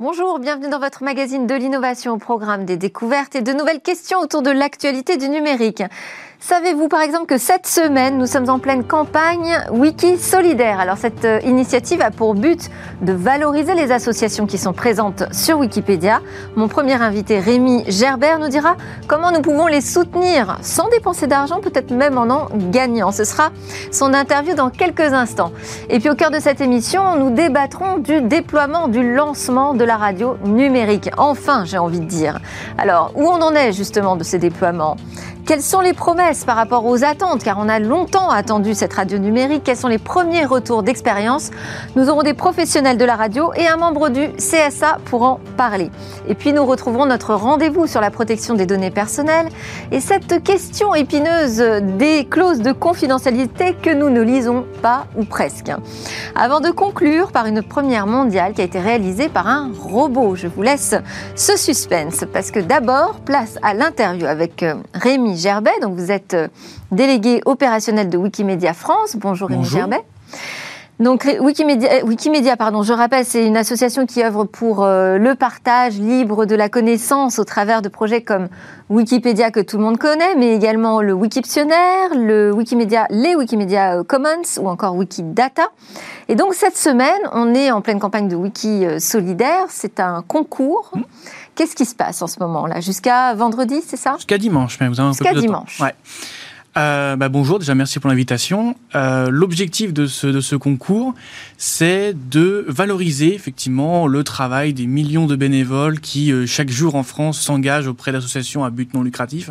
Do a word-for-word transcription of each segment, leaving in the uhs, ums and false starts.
Bonjour, bienvenue dans votre magazine de l'innovation au programme des découvertes et de nouvelles questions autour de l'actualité du numérique. Savez-vous par exemple que cette semaine, nous sommes en pleine campagne Wiki Solidaire. Alors cette initiative a pour but de valoriser les associations qui sont présentes sur Wikipédia. Mon premier invité, Rémi Gerbert, nous dira comment nous pouvons les soutenir sans dépenser d'argent, peut-être même en en gagnant. Ce sera son interview dans quelques instants. Et puis au cœur de cette émission, nous débattrons du déploiement, du lancement de la radio numérique. Enfin, j'ai envie de dire. Alors, où on en est justement de ces déploiements ? Quelles sont les promesses par rapport aux attentes ? Car on a longtemps attendu cette radio numérique. Quels sont les premiers retours d'expérience ? Nous aurons des professionnels de la radio et un membre du C S A pour en parler. Et puis nous retrouverons notre rendez-vous sur la protection des données personnelles et cette question épineuse des clauses de confidentialité que nous ne lisons pas ou presque. Avant de conclure par une première mondiale qui a été réalisée par un robot. Je vous laisse ce suspense parce que d'abord, place à l'interview avec Rémi Gerbet, donc vous êtes délégué opérationnel de Wikimedia France. Bonjour, Rémi Gerbet. Donc Wikimedia, Wikimedia pardon, je rappelle, c'est une association qui œuvre pour euh, le partage libre de la connaissance au travers de projets comme Wikipédia que tout le monde connaît, mais également le Wikiptionnaire, le Wikimedia, les Wikimedia Commons ou encore Wikidata. Et donc cette semaine, on est en pleine campagne de Wiki Solidaire. C'est un concours. Mmh. Qu'est-ce qui se passe en ce moment-là ? Jusqu'à vendredi, c'est ça ? Jusqu'à dimanche, mais vous avez un Jusqu'à peu plus de dimanche. temps. Ouais. Euh, bah bonjour, déjà merci pour l'invitation. Euh, l'objectif de ce, de ce concours, c'est de valoriser effectivement le travail des millions de bénévoles qui, euh, chaque jour en France, s'engagent auprès d'associations à but non lucratif.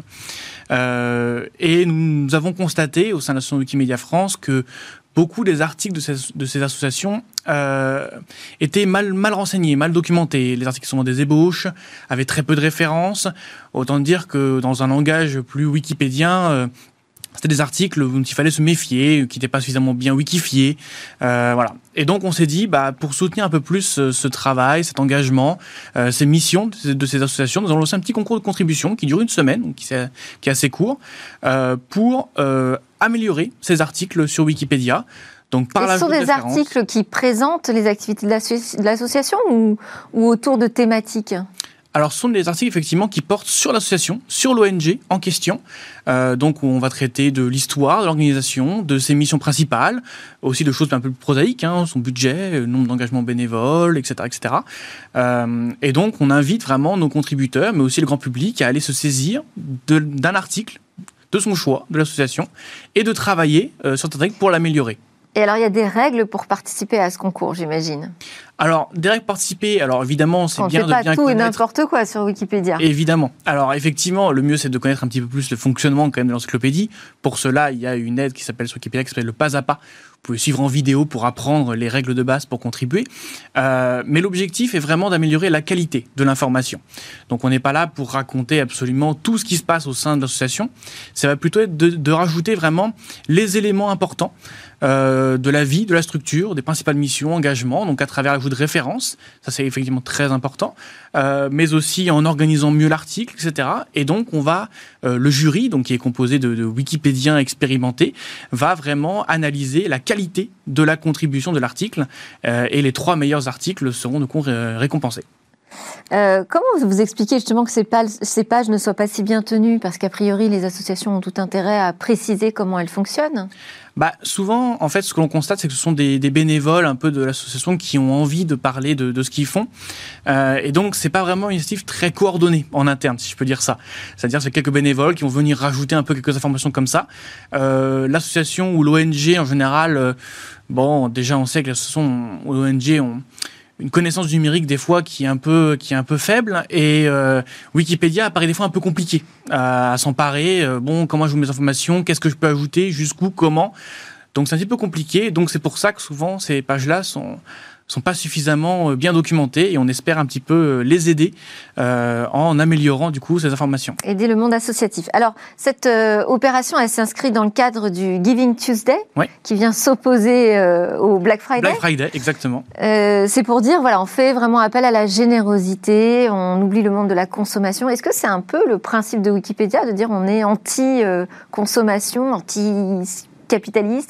Euh, et nous, nous avons constaté au sein de l'association Wikimedia France que beaucoup des articles de ces, de ces associations euh, étaient mal, mal renseignés, mal documentés. Les articles sont des ébauches, avaient très peu de références. Autant dire que dans un langage plus wikipédien, euh, c'était des articles dont il fallait se méfier, qui n'étaient pas suffisamment bien wikifiés. Euh, voilà. Et donc, on s'est dit, bah, pour soutenir un peu plus ce, ce travail, cet engagement, euh, ces missions de ces, de ces associations, nous allons lancer un petit concours de contribution qui dure une semaine, donc qui, est, qui est assez court, euh, pour euh, améliorer ces articles sur Wikipédia. Donc, par ce sont des articles qui présentent les activités de, l'asso- de l'association ou, ou autour de thématiques ? Alors, ce sont des articles, effectivement, qui portent sur l'association, sur l'O N G en question. Euh, donc, on va traiter de l'histoire de l'organisation, de ses missions principales, aussi de choses un peu plus prosaïques, hein, son budget, le nombre d'engagements bénévoles, et cetera, et cetera. Euh, et donc, on invite vraiment nos contributeurs, mais aussi le grand public, à aller se saisir de, d'un article, de son choix, de l'association, et de travailler euh, sur cet article pour l'améliorer. Et alors, il y a des règles pour participer à ce concours, j'imagine. Alors, des règles pour participer, alors évidemment, c'est on bien de bien connaître... On ne fait pas tout et n'importe quoi sur Wikipédia. Évidemment. Alors, effectivement, le mieux, c'est de connaître un petit peu plus le fonctionnement quand même de l'encyclopédie. Pour cela, il y a une aide qui s'appelle sur Wikipédia, qui s'appelle le pas à pas. Vous pouvez suivre en vidéo pour apprendre les règles de base pour contribuer. Euh, mais l'objectif est vraiment d'améliorer la qualité de l'information. Donc, on n'est pas là pour raconter absolument tout ce qui se passe au sein de l'association. Ça va plutôt être de, de rajouter vraiment les éléments importants euh, de la vie, de la structure, des principales missions, engagements, donc à travers l'ajout de références. Ça, c'est effectivement très important. Euh, mais aussi en organisant mieux l'article, et cetera. Et donc, on va, euh, le jury, donc qui est composé de, de wikipédiens expérimentés, va vraiment analyser la qualité de la contribution de l'article. Euh, et les trois meilleurs articles seront du coup ré- récompensés. Euh, comment vous expliquez justement que ces pages, ces pages ne soient pas si bien tenues ? Parce qu'a priori, les associations ont tout intérêt à préciser comment elles fonctionnent. Bah, souvent, en fait, ce que l'on constate, c'est que ce sont des, des bénévoles un peu de l'association qui ont envie de parler de, de ce qu'ils font. Euh, et donc, c'est pas vraiment une initiative très coordonnée en interne, si je peux dire ça. C'est-à-dire, c'est quelques bénévoles qui vont venir rajouter un peu quelques informations comme ça. Euh, l'association ou l'O N G, en général, euh, bon, déjà, on sait que l'association ou l'O N G ont une connaissance du numérique des fois qui est un peu qui est un peu faible et euh, Wikipédia apparaît des fois un peu compliqué à, à s'emparer. Euh, bon, comment je mets mes informations, qu'est-ce que je peux ajouter, jusqu'où, comment. Donc c'est un petit peu compliqué. Donc c'est pour ça que souvent ces pages-là sont sont pas suffisamment bien documentées et on espère un petit peu les aider euh, en améliorant du coup ces informations. Aider le monde associatif. Alors cette euh, opération, elle s'inscrit dans le cadre du Giving Tuesday, oui. qui vient s'opposer euh, au Black Friday. Black Friday, exactement. Euh, c'est pour dire, voilà, on fait vraiment appel à la générosité, on oublie le monde de la consommation. Est-ce que c'est un peu le principe de Wikipédia de dire on est anti-consommation, anti-capitaliste, anti-système ?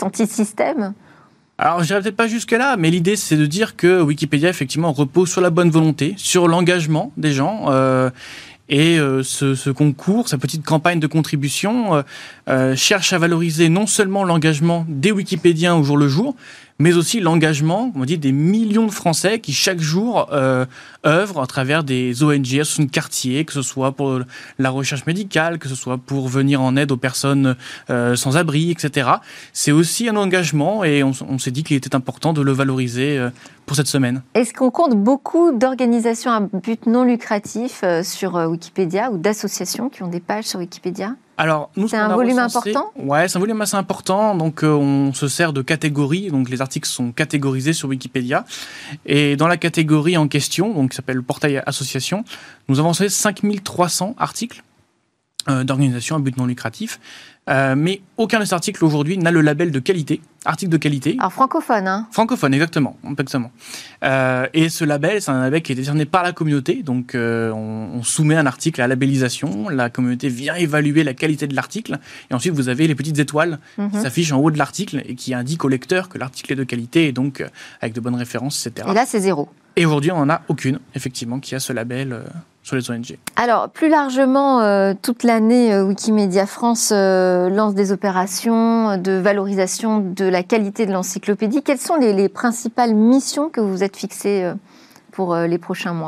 Alors, je dirais peut-être pas jusque-là, mais l'idée, c'est de dire que Wikipédia, effectivement, repose sur la bonne volonté, sur l'engagement des gens. Euh, et euh, ce, ce concours, sa petite campagne de contribution, euh, euh, cherche à valoriser non seulement l'engagement des Wikipédiens au jour le jour, mais aussi l'engagement, on dit, des millions de Français qui chaque jour euh, œuvrent à travers des O N G, associations de quartier, que ce soit pour la recherche médicale, que ce soit pour venir en aide aux personnes euh, sans abri, et cetera. C'est aussi un engagement et on, on s'est dit qu'il était important de le valoriser euh, pour cette semaine. Est-ce qu'on compte beaucoup d'organisations à but non lucratif euh, sur euh, Wikipédia ou d'associations qui ont des pages sur Wikipédia ? Alors, nous, c'est un volume recensé, important ? Ouais, c'est un volume assez important. Donc, euh, on se sert de catégories. Donc, les articles sont catégorisés sur Wikipédia. Et dans la catégorie en question, donc qui s'appelle Portail Association, nous avons recensé cinq mille trois cents articles euh, d'organisations à but non lucratif. Euh, mais aucun de ces articles aujourd'hui n'a le label de qualité, article de qualité. Alors francophone, hein ? Francophone, exactement, exactement. Euh, et ce label, c'est un label qui est décerné par la communauté. Donc, euh, on, on soumet un article à la labellisation. La communauté vient évaluer la qualité de l'article. Et ensuite, vous avez les petites étoiles mm-hmm. qui s'affichent en haut de l'article et qui indiquent au lecteur que l'article est de qualité et donc euh, avec de bonnes références, et cetera. Et là, c'est zéro. Et aujourd'hui, on n'en a aucune, effectivement, qui a ce label euh, sur les O N G. Alors, plus largement, euh, toute l'année, euh, Wikimedia France euh, lance des opérations de valorisation de la qualité de l'encyclopédie. Quelles sont les, les principales missions que vous vous êtes fixées euh, pour euh, les prochains mois ?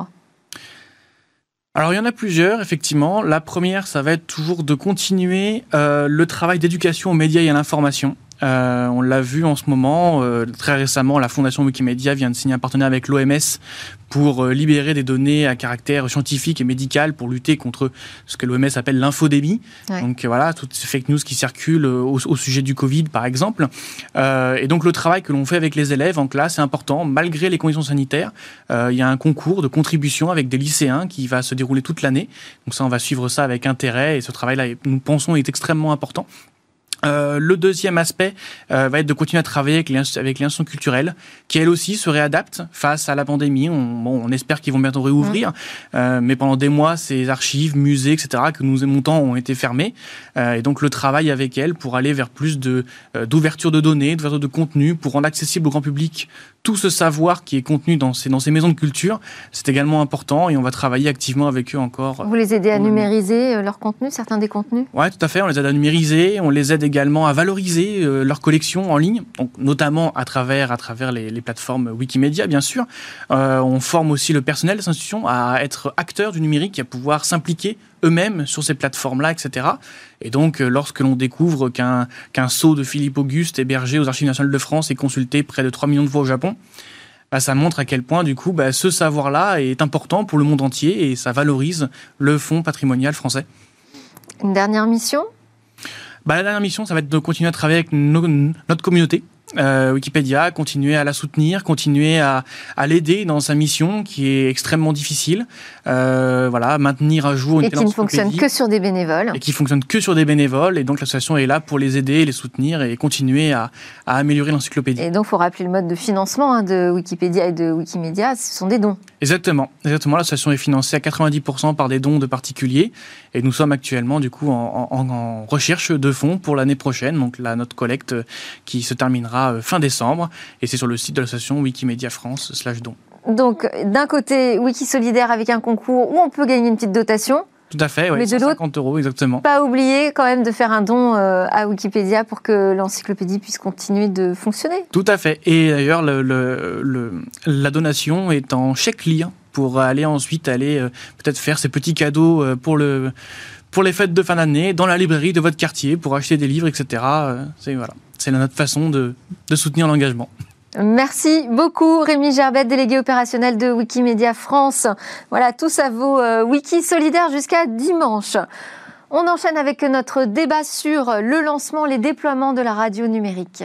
Alors, il y en a plusieurs, effectivement. La première, ça va être toujours de continuer euh, le travail d'éducation aux médias et à l'information. Euh, on l'a vu en ce moment, euh, très récemment, la Fondation Wikimedia vient de signer un partenariat avec l'O M S pour euh, libérer des données à caractère scientifique et médical pour lutter contre ce que l'O M S appelle l'infodémie. Ouais. Donc euh, voilà, toutes ces fake news qui circulent au, au sujet du Covid, par exemple. Euh, et donc le travail que l'on fait avec les élèves en classe est important, malgré les conditions sanitaires. Euh, il y a un concours de contribution avec des lycéens qui va se dérouler toute l'année. Donc ça, on va suivre ça avec intérêt et ce travail-là, nous pensons, est extrêmement important. Euh, le deuxième aspect euh, va être de continuer à travailler avec les, avec les institutions culturelles qui, elles aussi, se réadaptent face à la pandémie. On, bon, on espère qu'ils vont bientôt réouvrir, mmh. euh, mais pendant des mois, ces archives, musées, et cetera, que nous aimons tant ont été fermés. Euh, et donc, le travail avec elles pour aller vers plus de, euh, d'ouverture de données, d'ouverture de contenu, pour rendre accessible au grand public tout ce savoir qui est contenu dans ces, dans ces maisons de culture, c'est également important et on va travailler activement avec eux encore. Vous les aidez à numériser leur contenu, certains des contenus ? Oui, tout à fait. On les aide à numériser, on les aide également à valoriser euh, leur collection en ligne, donc notamment à travers, à travers les, les plateformes Wikimedia, bien sûr. Euh, on forme aussi le personnel des institutions à être acteurs du numérique, à pouvoir s'impliquer eux-mêmes sur ces plateformes-là, et cetera. Et donc, euh, lorsque l'on découvre qu'un, qu'un sceau de Philippe Auguste hébergé aux Archives nationales de France est consulté près de trois millions de fois au Japon, bah, ça montre à quel point, du coup, bah, ce savoir-là est important pour le monde entier et ça valorise le fonds patrimonial français. Une dernière mission ? Bah, la dernière mission, ça va être de continuer à travailler avec nos, notre communauté. Euh, Wikipédia, continuer à la soutenir, continuer à, à l'aider dans sa mission qui est extrêmement difficile. Euh, voilà, maintenir à jour une et qui ne fonctionne que sur des bénévoles. Et qui fonctionne que sur des bénévoles. Et donc l'association est là pour les aider, les soutenir et continuer à, à améliorer l'encyclopédie. Et donc, il faut rappeler le mode de financement hein, de Wikipédia et de Wikimedia, ce sont des dons. Exactement, exactement. L'association est financée à quatre-vingt-dix pour cent par des dons de particuliers. Et nous sommes actuellement du coup en, en, en recherche de fonds pour l'année prochaine. Donc là, notre collecte qui se terminera fin décembre, et c'est sur le site de l'association Wikimedia France slash don. Donc, d'un côté, Wiki Solidaire avec un concours où on peut gagner une petite dotation. Tout à fait, oui, mais de l'autre, cinquante euros exactement. Pas oublier quand même de faire un don euh, à Wikipédia pour que l'encyclopédie puisse continuer de fonctionner. Tout à fait, et d'ailleurs, le, le, le, la donation est en chèque lire pour aller ensuite aller euh, peut-être faire ces petits cadeaux euh, pour le... pour les fêtes de fin d'année, dans la librairie de votre quartier, pour acheter des livres, et cetera. C'est, voilà. C'est notre façon de, de soutenir l'engagement. Merci beaucoup Rémi Gerbet, délégué opérationnel de Wikimedia France. Voilà, tout ça vaut euh, Wiki Solidaire jusqu'à dimanche. On enchaîne avec notre débat sur le lancement, les déploiements de la radio numérique.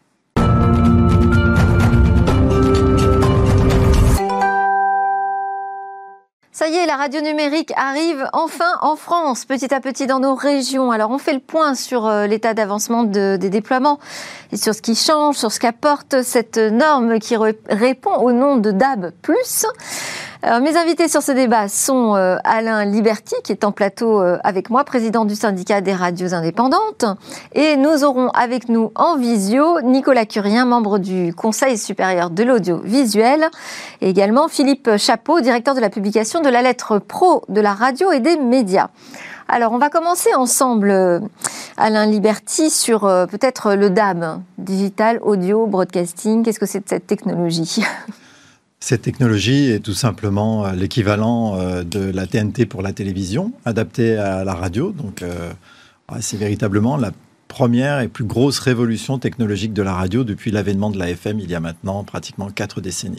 Ça y est, la radio numérique arrive enfin en France, petit à petit dans nos régions. Alors, on fait le point sur l'état d'avancement de, des déploiements et sur ce qui change, sur ce qu'apporte cette norme qui re- répond au nom de D A B plus. Alors, mes invités sur ce débat sont euh, Alain Liberty, qui est en plateau euh, avec moi, président du syndicat des radios indépendantes. Et nous aurons avec nous en visio Nicolas Curien, membre du Conseil supérieur de l'audiovisuel. Et également Philippe Chapeau, directeur de la publication de la lettre pro de la radio et des médias. Alors, on va commencer ensemble, euh, Alain Liberty, sur euh, peut-être le D A B, Digital Audio Broadcasting. Qu'est-ce que c'est de cette technologie ? Cette technologie est tout simplement l'équivalent de la T N T pour la télévision, adaptée à la radio. Donc, euh, c'est véritablement la première et plus grosse révolution technologique de la radio depuis l'avènement de la F M il y a maintenant pratiquement quatre décennies.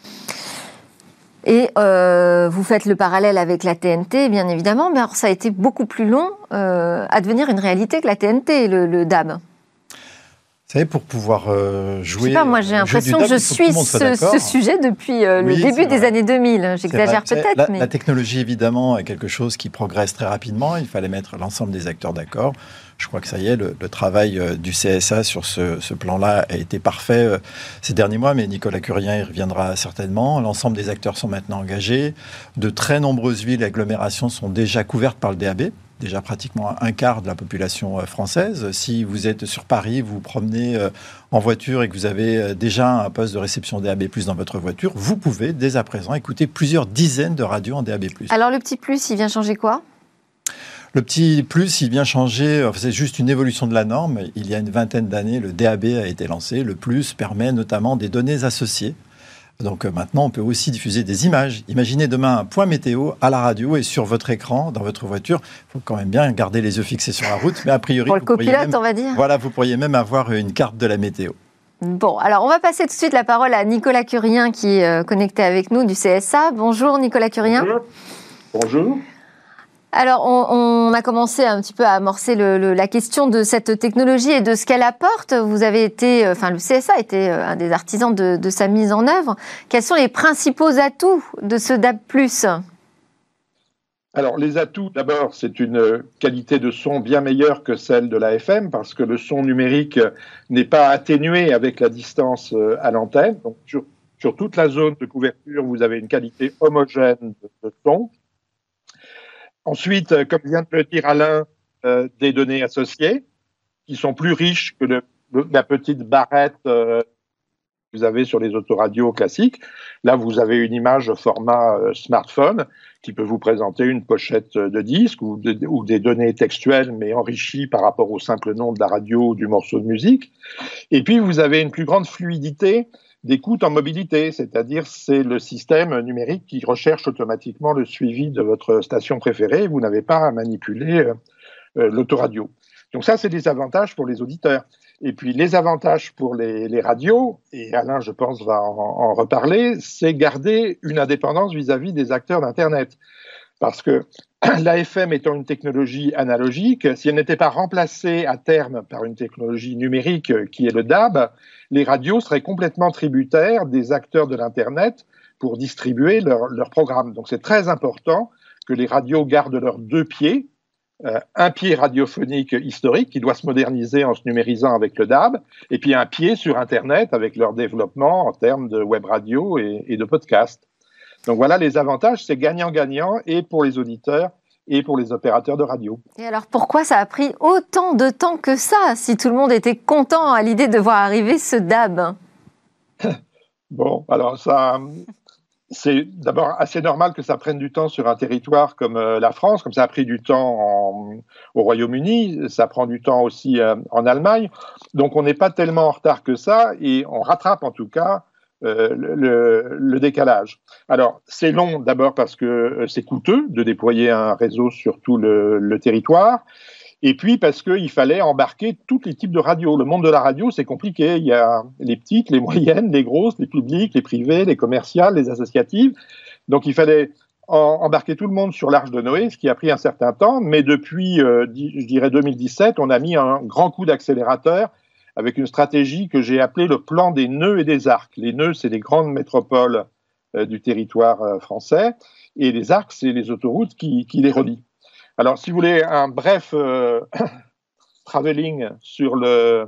Et euh, vous faites le parallèle avec la T N T, bien évidemment, mais alors ça a été beaucoup plus long euh, à devenir une réalité que la T N T, le, le D A B. Vous savez, pour pouvoir euh, jouer... Je sais pas, moi j'ai l'impression que je suis ce, ce sujet depuis euh, oui, le début des années deux mille. J'exagère peut-être, la, mais... La technologie, évidemment, est quelque chose qui progresse très rapidement. Il fallait mettre l'ensemble des acteurs d'accord. Je crois que ça y est, le, le travail euh, du C S A sur ce, ce plan-là a été parfait euh, ces derniers mois, mais Nicolas Curien y reviendra certainement. L'ensemble des acteurs sont maintenant engagés. De très nombreuses villes et agglomérations sont déjà couvertes par le D A B. Déjà pratiquement un quart de la population française. Si vous êtes sur Paris, vous vous promenez en voiture et que vous avez déjà un poste de réception D A B plus, dans votre voiture, vous pouvez dès à présent écouter plusieurs dizaines de radios en D A B plus. Alors le petit plus, il vient changer quoi ? Le petit plus, il vient changer, c'est juste une évolution de la norme. Il y a une vingtaine d'années, le D A B a été lancé. Le plus permet notamment des données associées. Donc euh, maintenant, on peut aussi diffuser des images. Imaginez demain un point météo à la radio et sur votre écran, dans votre voiture. Il faut quand même bien garder les yeux fixés sur la route, mais a priori... Pour le copilote, on va dire. Voilà, vous pourriez même avoir une carte de la météo. Bon, alors on va passer tout de suite la parole à Nicolas Curien, qui est euh, connecté avec nous du C S A. Bonjour Nicolas Curien. Bonjour. Bonjour. Alors, on, on a commencé un petit peu à amorcer le, le, la question de cette technologie et de ce qu'elle apporte. Vous avez été, enfin, le C S A a été un des artisans de, de sa mise en œuvre. Quels sont les principaux atouts de ce D A B plus ? Alors, les atouts, d'abord, c'est une qualité de son bien meilleure que celle de la F M, parce que le son numérique n'est pas atténué avec la distance à l'antenne. Donc, sur, sur toute la zone de couverture, vous avez une qualité homogène de, de son. Ensuite, comme vient de le dire Alain, euh, des données associées qui sont plus riches que le, le, la petite barrette euh, que vous avez sur les autoradios classiques. Là, vous avez une image format euh, smartphone qui peut vous présenter une pochette de disque ou, de, ou des données textuelles, mais enrichies par rapport au simple nom de la radio ou du morceau de musique. Et puis, vous avez une plus grande fluidité d'écoute en mobilité, c'est-à-dire c'est le système numérique qui recherche automatiquement le suivi de votre station préférée. Vous n'avez pas à manipuler euh, euh, l'autoradio. Donc ça, c'est des avantages pour les auditeurs. Et puis les avantages pour les, les radios, et Alain, je pense, va en, en reparler, c'est garder une indépendance vis-à-vis des acteurs d'Internet. Parce que l'A F M étant une technologie analogique, si elle n'était pas remplacée à terme par une technologie numérique qui est le D A B, les radios seraient complètement tributaires des acteurs de l'Internet pour distribuer leurs leur programmes. Donc c'est très important que les radios gardent leurs deux pieds, euh, un pied radiophonique historique qui doit se moderniser en se numérisant avec le D A B, et puis un pied sur Internet avec leur développement en termes de web radio et, et de podcast. Donc voilà, les avantages, c'est gagnant-gagnant et pour les auditeurs et pour les opérateurs de radio. Et alors pourquoi ça a pris autant de temps que ça, si tout le monde était content à l'idée de voir arriver ce D A B ? Bon, alors ça, c'est d'abord assez normal que ça prenne du temps sur un territoire comme euh, la France, comme ça a pris du temps en, au Royaume-Uni, ça prend du temps aussi euh, en Allemagne. Donc on n'est pas tellement en retard que ça et on rattrape en tout cas Euh, le, le décalage. Alors, c'est long d'abord parce que c'est coûteux de déployer un réseau sur tout le, le territoire, et puis parce qu'il fallait embarquer tous les types de radios. Le monde de la radio, c'est compliqué. Il y a les petites, les moyennes, les grosses, les publiques, les privées, les commerciales, les associatives. Donc, il fallait en, embarquer tout le monde sur l'Arche de Noé, ce qui a pris un certain temps, mais depuis, euh, je dirais deux mille dix-sept, on a mis un grand coup d'accélérateur avec une stratégie que j'ai appelée le plan des nœuds et des arcs. Les nœuds, c'est les grandes métropoles euh, du territoire euh, français, et les arcs, c'est les autoroutes qui, qui les relient. Alors, si vous voulez un bref euh, travelling sur le,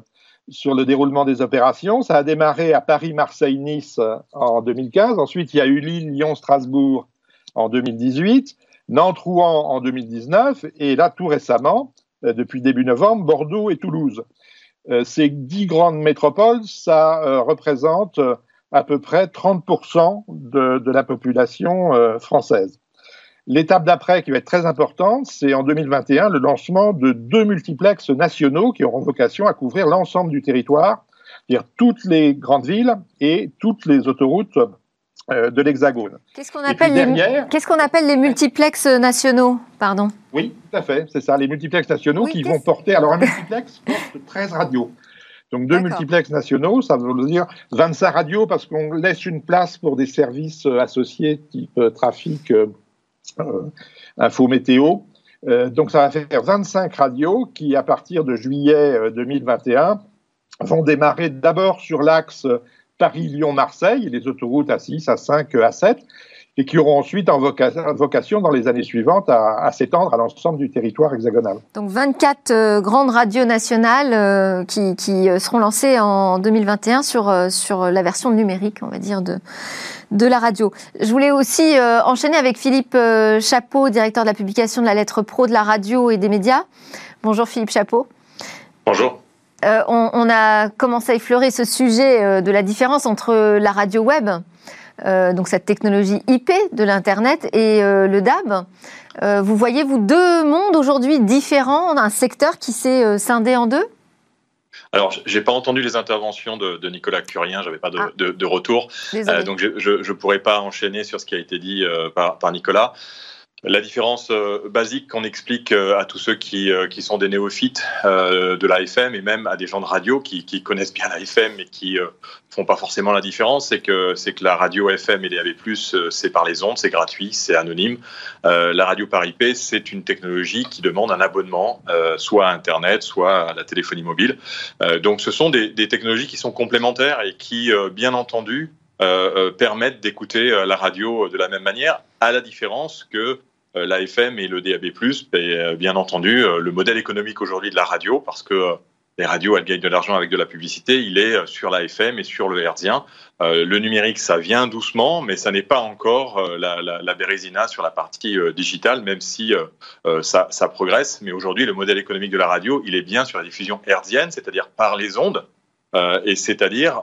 sur le déroulement des opérations. Ça a démarré à Paris, Marseille, Nice en deux mille quinze. Ensuite, il y a eu Lille, Lyon, Strasbourg en deux mille dix-huit, Nantes, Rouen en deux mille dix-neuf, et là, tout récemment, euh, depuis début novembre, Bordeaux et Toulouse. Euh, ces dix grandes métropoles, ça euh, représente euh, à peu près trente pour cent de, de la population euh, française. L'étape d'après, qui va être très importante, c'est en deux mille vingt et un le lancement de deux multiplexes nationaux qui auront vocation à couvrir l'ensemble du territoire, c'est-à-dire toutes les grandes villes et toutes les autoroutes euh, de l'Hexagone. Qu'est-ce qu'on appelle, derrière... Qu'est-ce qu'on appelle les multiplexes nationaux, pardon ? Oui, tout à fait, c'est ça, les multiplexes nationaux oui, qui vont porter... Alors, un multiplex porte treize radios. Donc, deux D'accord. multiplexes nationaux, ça veut dire vingt-cinq radios parce qu'on laisse une place pour des services associés type euh, trafic... Euh, Euh, info météo. Euh, donc ça va faire vingt-cinq radios qui, à partir de juillet euh, deux mille vingt et un, vont démarrer d'abord sur l'axe Paris-Lyon-Marseille, les autoroutes A six, A cinq, A sept, et qui auront ensuite en voca- vocation dans les années suivantes à, à s'étendre à l'ensemble du territoire hexagonal. Donc vingt-quatre euh, grandes radios nationales euh, qui, qui seront lancées en deux mille vingt et un sur, euh, sur la version numérique, on va dire, de, de la radio. Je voulais aussi euh, enchaîner avec Philippe euh, Chapeau, directeur de la publication de la lettre pro de la radio et des médias. Bonjour Philippe Chapeau. Bonjour. Euh, on, on a commencé à effleurer ce sujet euh, de la différence entre la radio web, Euh, donc cette technologie I P de l'Internet et euh, le D A B. Euh, vous voyez, vous, deux mondes aujourd'hui différents, un secteur qui s'est euh, scindé en deux ? Alors, je n'ai pas entendu les interventions de, de Nicolas Curien, je n'avais pas de, ah. de, de retour, euh, donc je ne pourrais pas enchaîner sur ce qui a été dit euh, par, par Nicolas. La différence euh, basique qu'on explique euh, à tous ceux qui, euh, qui sont des néophytes euh, de l'A F M et même à des gens de radio qui, qui connaissent bien l'A F M mais qui ne euh, font pas forcément la différence, c'est que, c'est que la radio F M et D A B plus, euh, c'est par les ondes, c'est gratuit, c'est anonyme. Euh, la radio par I P, c'est une technologie qui demande un abonnement, euh, soit à Internet, soit à la téléphonie mobile. Euh, donc ce sont des, des technologies qui sont complémentaires et qui, euh, bien entendu, euh, euh, permettent d'écouter euh, la radio de la même manière, à la différence que l'A F M et le D A B plus, et bien entendu, le modèle économique aujourd'hui de la radio, parce que les radios, elles gagnent de l'argent avec de la publicité, il est sur l'A F M et sur le hertzien. Le numérique, ça vient doucement, mais ça n'est pas encore la, la, la bérésina sur la partie digitale, même si ça, ça progresse. Mais aujourd'hui, le modèle économique de la radio, il est bien sur la diffusion hertzienne, c'est-à-dire par les ondes, et c'est-à-dire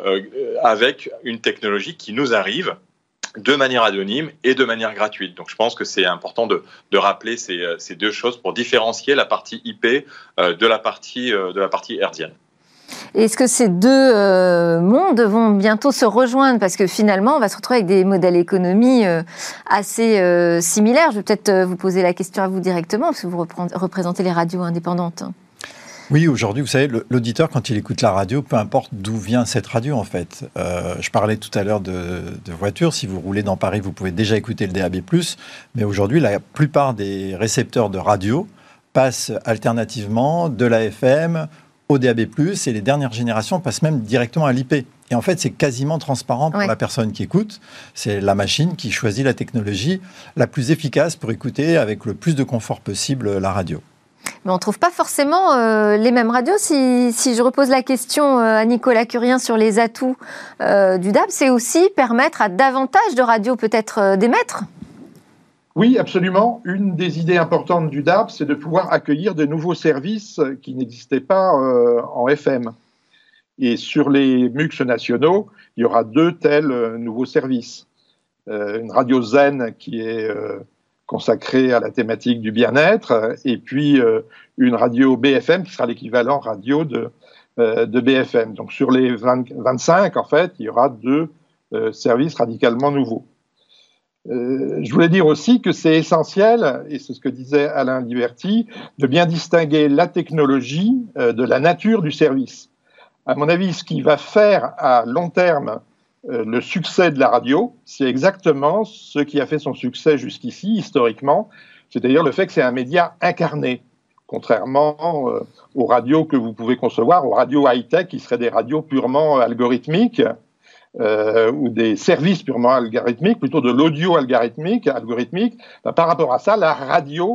avec une technologie qui nous arrive de manière anonyme et de manière gratuite. Donc je pense que c'est important de, de rappeler ces, ces deux choses pour différencier la partie I P euh, de la partie, euh, de la partie hertzienne. Est-ce que ces deux euh, mondes vont bientôt se rejoindre ? Parce que finalement, on va se retrouver avec des modèles économie euh, assez euh, similaires. Je vais peut-être euh, vous poser la question à vous directement, parce que vous représentez les radios indépendantes. Oui, aujourd'hui, vous savez, l'auditeur, quand il écoute la radio, peu importe d'où vient cette radio, en fait. Euh, je parlais tout à l'heure de, de voitures. Si vous roulez dans Paris, vous pouvez déjà écouter le D A B plus. Mais aujourd'hui, la plupart des récepteurs de radio passent alternativement de l'A F M au D A B plus, et les dernières générations passent même directement à l'I P. Et en fait, c'est quasiment transparent pour ouais. la personne qui écoute. C'est la machine qui choisit la technologie la plus efficace pour écouter avec le plus de confort possible la radio. Mais on ne trouve pas forcément euh, les mêmes radios. Si, si je repose la question euh, à Nicolas Curien sur les atouts euh, du D A B, c'est aussi permettre à davantage de radios peut-être euh, d'émettre ? Oui, absolument. Une des idées importantes du D A B, c'est de pouvoir accueillir de nouveaux services qui n'existaient pas euh, en F M. Et sur les M U X nationaux, il y aura deux tels euh, nouveaux services. Euh, une radio Zen qui est... Euh, consacrée à la thématique du bien-être, et puis euh, une radio B F M qui sera l'équivalent radio de, euh, de B F M. Donc sur les vingt, vingt-cinq, en fait, il y aura deux euh, services radicalement nouveaux. Euh, je voulais dire aussi que c'est essentiel, et c'est ce que disait Alain Liberty, de bien distinguer la technologie euh, de la nature du service. À mon avis, ce qui va faire à long terme Euh, le succès de la radio, c'est exactement ce qui a fait son succès jusqu'ici, historiquement, c'est-à-dire le fait que c'est un média incarné, contrairement euh, aux radios que vous pouvez concevoir, aux radios high-tech qui seraient des radios purement algorithmiques, euh, ou des services purement algorithmiques, plutôt de l'audio algorithmique. algorithmique. Ben, par rapport à ça, la radio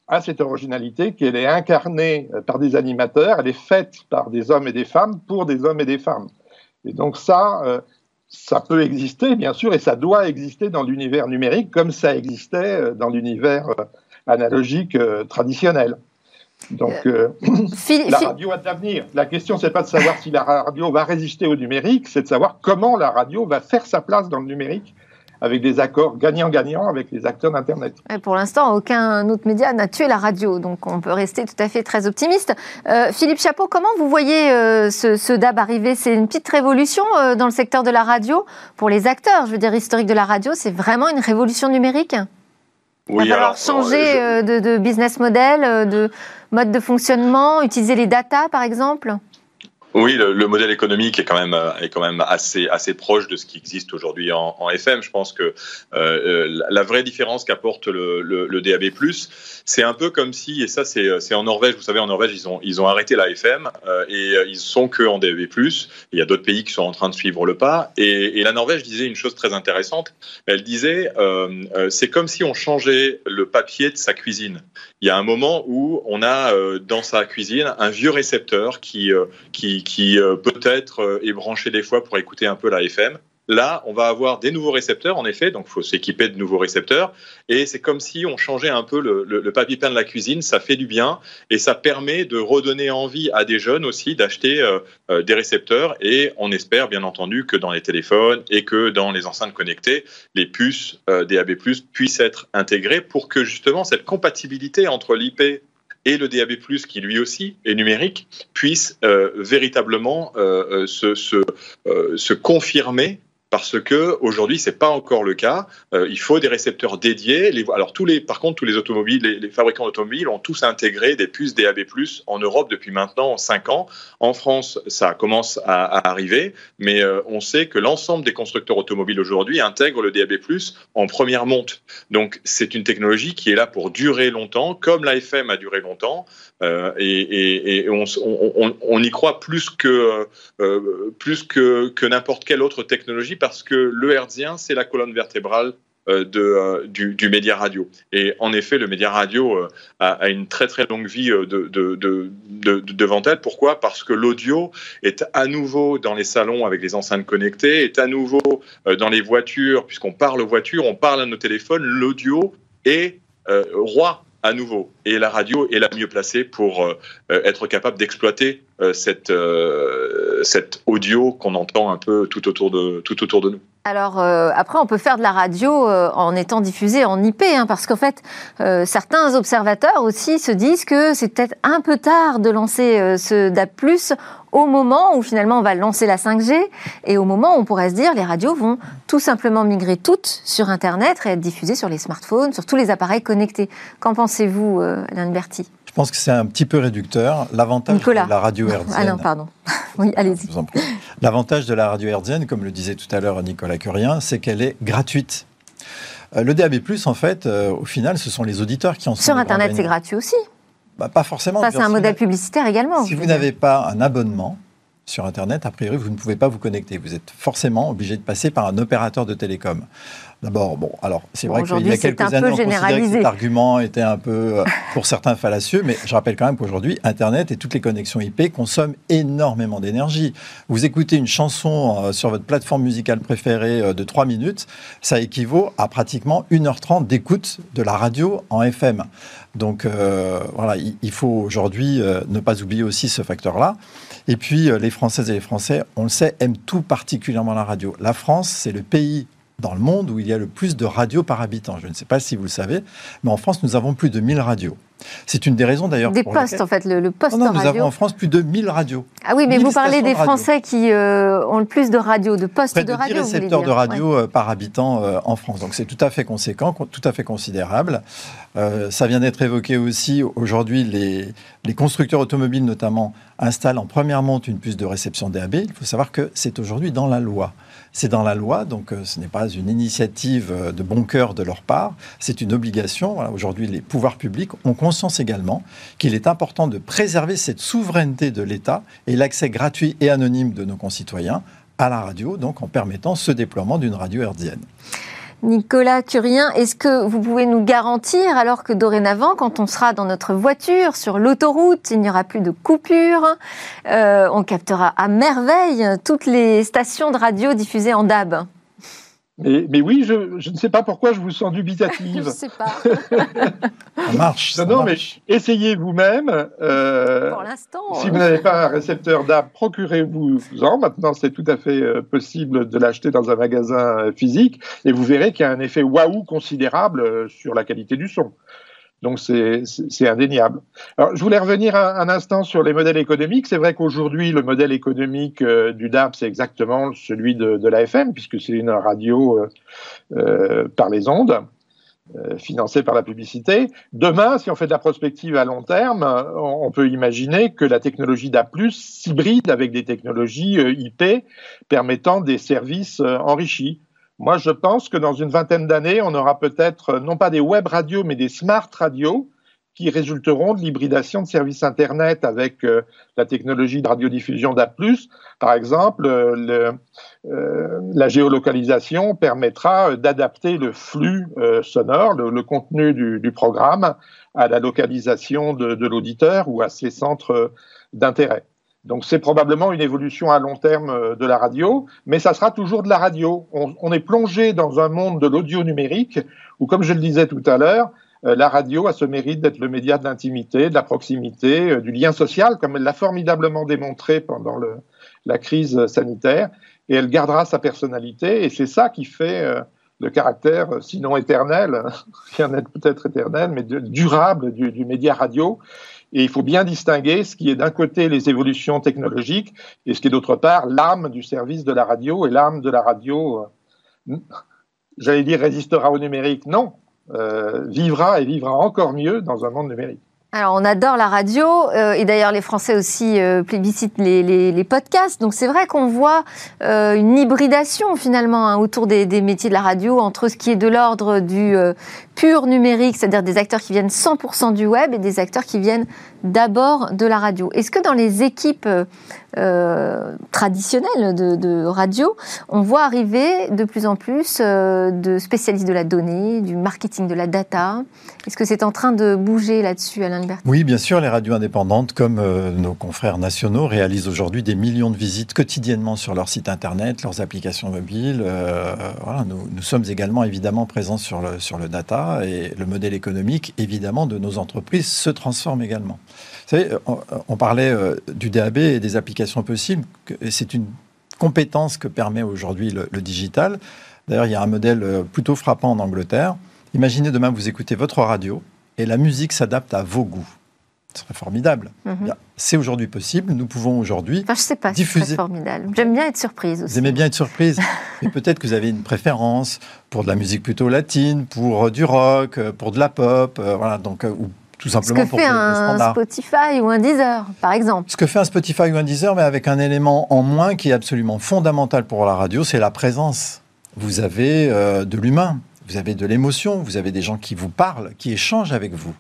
a cette originalité qu'elle est incarnée par des animateurs, elle est faite par des hommes et des femmes pour des hommes et des femmes. Et donc ça, euh, ça peut exister, bien sûr, et ça doit exister dans l'univers numérique comme ça existait dans l'univers euh, analogique euh, traditionnel. Donc, euh, la radio a de l'avenir. La question, c'est pas de savoir si la radio va résister au numérique, c'est de savoir comment la radio va faire sa place dans le numérique avec des accords gagnant-gagnant avec les acteurs d'Internet. Et pour l'instant, aucun autre média n'a tué la radio, donc on peut rester tout à fait très optimiste. Euh, Philippe Chapeau, comment vous voyez euh, ce, ce D A B arriver ? C'est une petite révolution euh, dans le secteur de la radio pour les acteurs, je veux dire, historiques de la radio, c'est vraiment une révolution numérique ? Oui, il va falloir changer je... de, de business model, de mode de fonctionnement, utiliser les data, par exemple ? Oui, le, le modèle économique est quand même est quand même assez assez proche de ce qui existe aujourd'hui en, en F M. Je pense que euh, la vraie différence qu'apporte le, le, le D A B plus, c'est un peu comme si, et ça c'est c'est en Norvège. Vous savez, en Norvège ils ont ils ont arrêté la F M euh, et ils sont que en D A B plus. Il y a d'autres pays qui sont en train de suivre le pas. Et, et la Norvège disait une chose très intéressante. Elle disait euh, euh, c'est comme si on changeait le papier de sa cuisine. Il y a un moment où on a euh, dans sa cuisine un vieux récepteur qui euh, qui qui euh, peut-être euh, est branché des fois pour écouter un peu la F M. Là, on va avoir des nouveaux récepteurs, en effet, donc il faut s'équiper de nouveaux récepteurs. Et c'est comme si on changeait un peu le, le, le papier peint de la cuisine, ça fait du bien et ça permet de redonner envie à des jeunes aussi d'acheter euh, euh, des récepteurs. Et on espère, bien entendu, que dans les téléphones et que dans les enceintes connectées, les puces euh, D A B plus, puissent être intégrées pour que justement cette compatibilité entre l'I P et le D A B plus, qui lui aussi est numérique, puisse euh, véritablement euh, se, se, euh, se confirmer. Parce que aujourd'hui, c'est pas encore le cas. Euh, il faut des récepteurs dédiés. Les, alors tous les, par contre, tous les automobiles, les, les fabricants d'automobiles ont tous intégré des puces D A B plus en Europe depuis maintenant cinq ans. En France, ça commence à, à arriver, mais euh, on sait que l'ensemble des constructeurs automobiles aujourd'hui intègrent le D A B plus en première monte. Donc c'est une technologie qui est là pour durer longtemps, comme la F M a duré longtemps. Euh, et, et, et on, on, on y croit plus que euh, plus que, que n'importe quelle autre technologie, parce que le hertzien, c'est la colonne vertébrale euh, de, euh, du, du média radio. Et en effet, le média radio euh, a, a une très très longue vie de, de, de, de, de, devant elle. Pourquoi ? Parce que l'audio est à nouveau dans les salons avec les enceintes connectées, est à nouveau euh, dans les voitures, puisqu'on parle aux voitures, on parle à nos téléphones. L'audio est euh, roi à nouveau. Et la radio est la mieux placée pour euh, être capable d'exploiter euh, cette, euh, cette audio qu'on entend un peu tout autour de, tout autour de nous. Alors, euh, après, on peut faire de la radio euh, en étant diffusé en I P, hein, parce qu'en fait, euh, certains observateurs aussi se disent que c'est peut-être un peu tard de lancer euh, ce D A B plus, au moment où finalement on va lancer la cinq G, et au moment où on pourrait se dire les radios vont tout simplement migrer toutes sur Internet et être diffusées sur les smartphones, sur tous les appareils connectés. Qu'en pensez-vous, euh, Alain Berty ? Je pense que c'est un petit peu réducteur. L'avantage Nicolas. de la radio hertzienne... Ah non, pardon. Oui, allez-y. Je vous en prie. L'avantage de la radio hertzienne, comme le disait tout à l'heure Nicolas Curien, c'est qu'elle est gratuite. Le D A B plus, en fait, euh, au final, ce sont les auditeurs qui en sont... Sur Internet, c'est gratuit aussi ? Bah, pas forcément. Ça, c'est un modèle publicitaire également. Si vous n'avez pas un abonnement sur Internet, a priori, vous ne pouvez pas vous connecter. Vous êtes forcément obligé de passer par un opérateur de télécom. D'abord, bon, alors, c'est bon, vrai qu'il y a quelques années, on considérait que cet argument était un peu, pour certains, fallacieux, mais je rappelle quand même qu'aujourd'hui, Internet et toutes les connexions I P consomment énormément d'énergie. Vous écoutez une chanson sur votre plateforme musicale préférée de trois minutes, ça équivaut à pratiquement une heure trente d'écoute de la radio en F M. Donc, euh, voilà, il faut aujourd'hui euh, ne pas oublier aussi ce facteur-là. Et puis, euh, les Françaises et les Français, on le sait, aiment tout particulièrement la radio. La France, c'est le pays dans le monde où il y a le plus de radios par habitant. Je ne sais pas si vous le savez, mais en France, nous avons plus de mille radios. C'est une des raisons d'ailleurs... Des pour postes, lesquelles... en fait, le, le poste non, non, radio. Nous avons en France plus de mille radios. Ah oui, mais vous parlez des Français qui euh, ont le plus de radios, de postes Près de, de radio, dix récepteurs de radio ouais. euh, par habitant euh, en France. Donc c'est tout à fait conséquent, tout à fait considérable. Euh, ça vient d'être évoqué aussi. Aujourd'hui, les, les constructeurs automobiles, notamment, installent en première monte une puce de réception D A B. Il faut savoir que c'est aujourd'hui dans la loi. C'est dans la loi, donc euh, ce n'est pas une initiative euh, de bon cœur de leur part, c'est une obligation. Voilà, aujourd'hui, les pouvoirs publics ont conscience également qu'il est important de préserver cette souveraineté de l'État et l'accès gratuit et anonyme de nos concitoyens à la radio, donc en permettant ce déploiement d'une radio hertzienne. Nicolas Curien, est-ce que vous pouvez nous garantir, alors que dorénavant, quand on sera dans notre voiture, sur l'autoroute, il n'y aura plus de coupure, euh, on captera à merveille toutes les stations de radio diffusées en D A B? Mais, mais oui, je, je ne sais pas pourquoi je vous sens dubitative. Je ne sais pas. Ça marche. Ça non, non, marche. mais essayez vous-même. Euh, Pour l'instant. Si euh... vous n'avez pas un récepteur D A B, procurez-vous-en. Maintenant, c'est tout à fait euh, possible de l'acheter dans un magasin euh, physique et vous verrez qu'il y a un effet waouh considérable euh, sur la qualité du son. Donc, c'est, c'est, c'est indéniable. Alors, je voulais revenir un, un instant sur les modèles économiques. C'est vrai qu'aujourd'hui, le modèle économique euh, du D A B, c'est exactement celui de, de l'A F M, puisque c'est une radio euh, euh, par les ondes, euh, financée par la publicité. Demain, si on fait de la prospective à long terme, on, on peut imaginer que la technologie D A B plus, s'hybride avec des technologies euh, I P permettant des services euh, enrichis. Moi, je pense que dans une vingtaine d'années, on aura peut-être non pas des web radios, mais des smart radios qui résulteront de l'hybridation de services Internet avec euh, la technologie de radiodiffusion D A B plus. Par exemple, euh, le, euh, la géolocalisation permettra d'adapter le flux euh, sonore, le, le contenu du, du programme, à la localisation de, de l'auditeur ou à ses centres d'intérêt. Donc c'est probablement une évolution à long terme de la radio, mais ça sera toujours de la radio. On, on est plongé dans un monde de l'audio numérique où, comme je le disais tout à l'heure, euh, la radio a ce mérite d'être le média de l'intimité, de la proximité, euh, du lien social, comme elle l'a formidablement démontré pendant le, la crise sanitaire, et elle gardera sa personnalité, et c'est ça qui fait euh, le caractère, sinon éternel, rien n'est peut-être éternel, mais de, durable du, du média radio. Et il faut bien distinguer ce qui est d'un côté les évolutions technologiques et ce qui est d'autre part l'âme du service de la radio. Et l'âme de la radio, euh, j'allais dire résistera au numérique, non, euh, vivra et vivra encore mieux dans un monde numérique. Alors, on adore la radio, euh, et d'ailleurs, les Français aussi euh, plébiscitent les, les, les podcasts. Donc, c'est vrai qu'on voit euh, une hybridation, finalement, hein, autour des, des métiers de la radio, entre ce qui est de l'ordre du euh, pur numérique, c'est-à-dire des acteurs qui viennent cent pour cent du web, et des acteurs qui viennent d'abord de la radio. Est-ce que dans les équipes euh, traditionnelles de, de radio, on voit arriver de plus en plus euh, de spécialistes de la donnée, du marketing de la data? Est-ce que c'est en train de bouger là-dessus, Alain Liberté? Oui, bien sûr, les radios indépendantes, comme euh, nos confrères nationaux, réalisent aujourd'hui des millions de visites quotidiennement sur leur site internet, leurs applications mobiles. Euh, voilà, nous, nous sommes également évidemment présents sur le, sur le data, et le modèle économique, évidemment, de nos entreprises se transforme également. Vous savez, on, on parlait euh, du D A B et des applications possibles. Et c'est une compétence que permet aujourd'hui le, le digital. D'ailleurs, il y a un modèle plutôt frappant en Angleterre. Imaginez demain, vous écoutez votre radio et la musique s'adapte à vos goûts. Ce serait formidable. Mm-hmm. Bien, c'est aujourd'hui possible. Nous pouvons aujourd'hui enfin, je sais pas diffuser. Si c'est formidable. J'aime bien être surprise aussi. Vous aimez bien être surprise, mais peut-être que vous avez une préférence pour de la musique plutôt latine, pour euh, du rock, euh, pour de la pop, euh, voilà, donc euh, ou tout simplement pour des standards. Ce que fait un Spotify ou un Deezer, par exemple. Ce que fait un Spotify ou un Deezer, mais avec un élément en moins qui est absolument fondamental pour la radio, c'est la présence. Vous avez euh, de l'humain, vous avez de l'émotion, vous avez des gens qui vous parlent, qui échangent avec vous.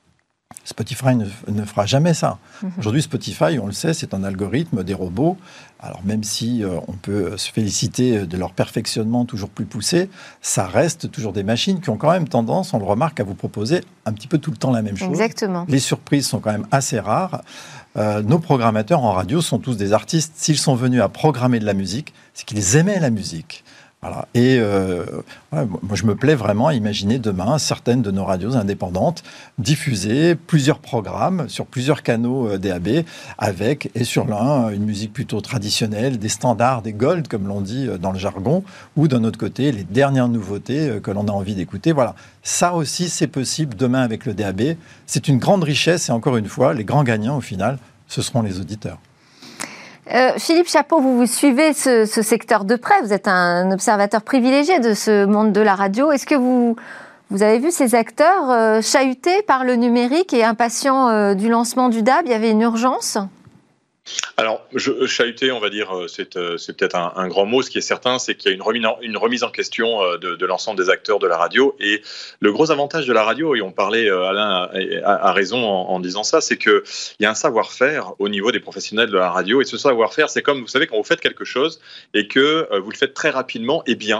Spotify ne, ne fera jamais ça. Mmh. Aujourd'hui, Spotify, on le sait, c'est un algorithme, des robots. Alors même si euh, on peut se féliciter de leur perfectionnement toujours plus poussé, ça reste toujours des machines qui ont quand même tendance, on le remarque, à vous proposer un petit peu tout le temps la même chose. Exactement. Les surprises sont quand même assez rares. Euh, nos programmateurs en radio sont tous des artistes. S'ils sont venus à programmer de la musique, c'est qu'ils aimaient la musique. Voilà. Et euh, ouais, moi, je me plais vraiment à imaginer demain certaines de nos radios indépendantes diffuser plusieurs programmes sur plusieurs canaux euh, D A B avec, et sur l'un, une musique plutôt traditionnelle, des standards, des gold, comme l'on dit euh, dans le jargon, ou d'un autre côté, les dernières nouveautés euh, que l'on a envie d'écouter. Voilà. Ça aussi, c'est possible demain avec le D A B. C'est une grande richesse et encore une fois, les grands gagnants, au final, ce seront les auditeurs. Euh, Philippe Chapeau, vous, vous suivez ce, ce secteur de près, vous êtes un observateur privilégié de ce monde de la radio. Est-ce que vous, vous avez vu ces acteurs euh, chahutés par le numérique et impatients euh, du lancement du D A B? Il y avait une urgence? Alors, je, chahuter, on va dire, c'est, c'est peut-être un, un grand mot. Ce qui est certain, c'est qu'il y a une remise en, une remise en question de, de l'ensemble des acteurs de la radio. Et le gros avantage de la radio, et on parlait, Alain a, a raison en, en disant ça, c'est qu'il y a un savoir-faire au niveau des professionnels de la radio. Et ce savoir-faire, c'est comme, vous savez, quand vous faites quelque chose et que vous le faites très rapidement et bien.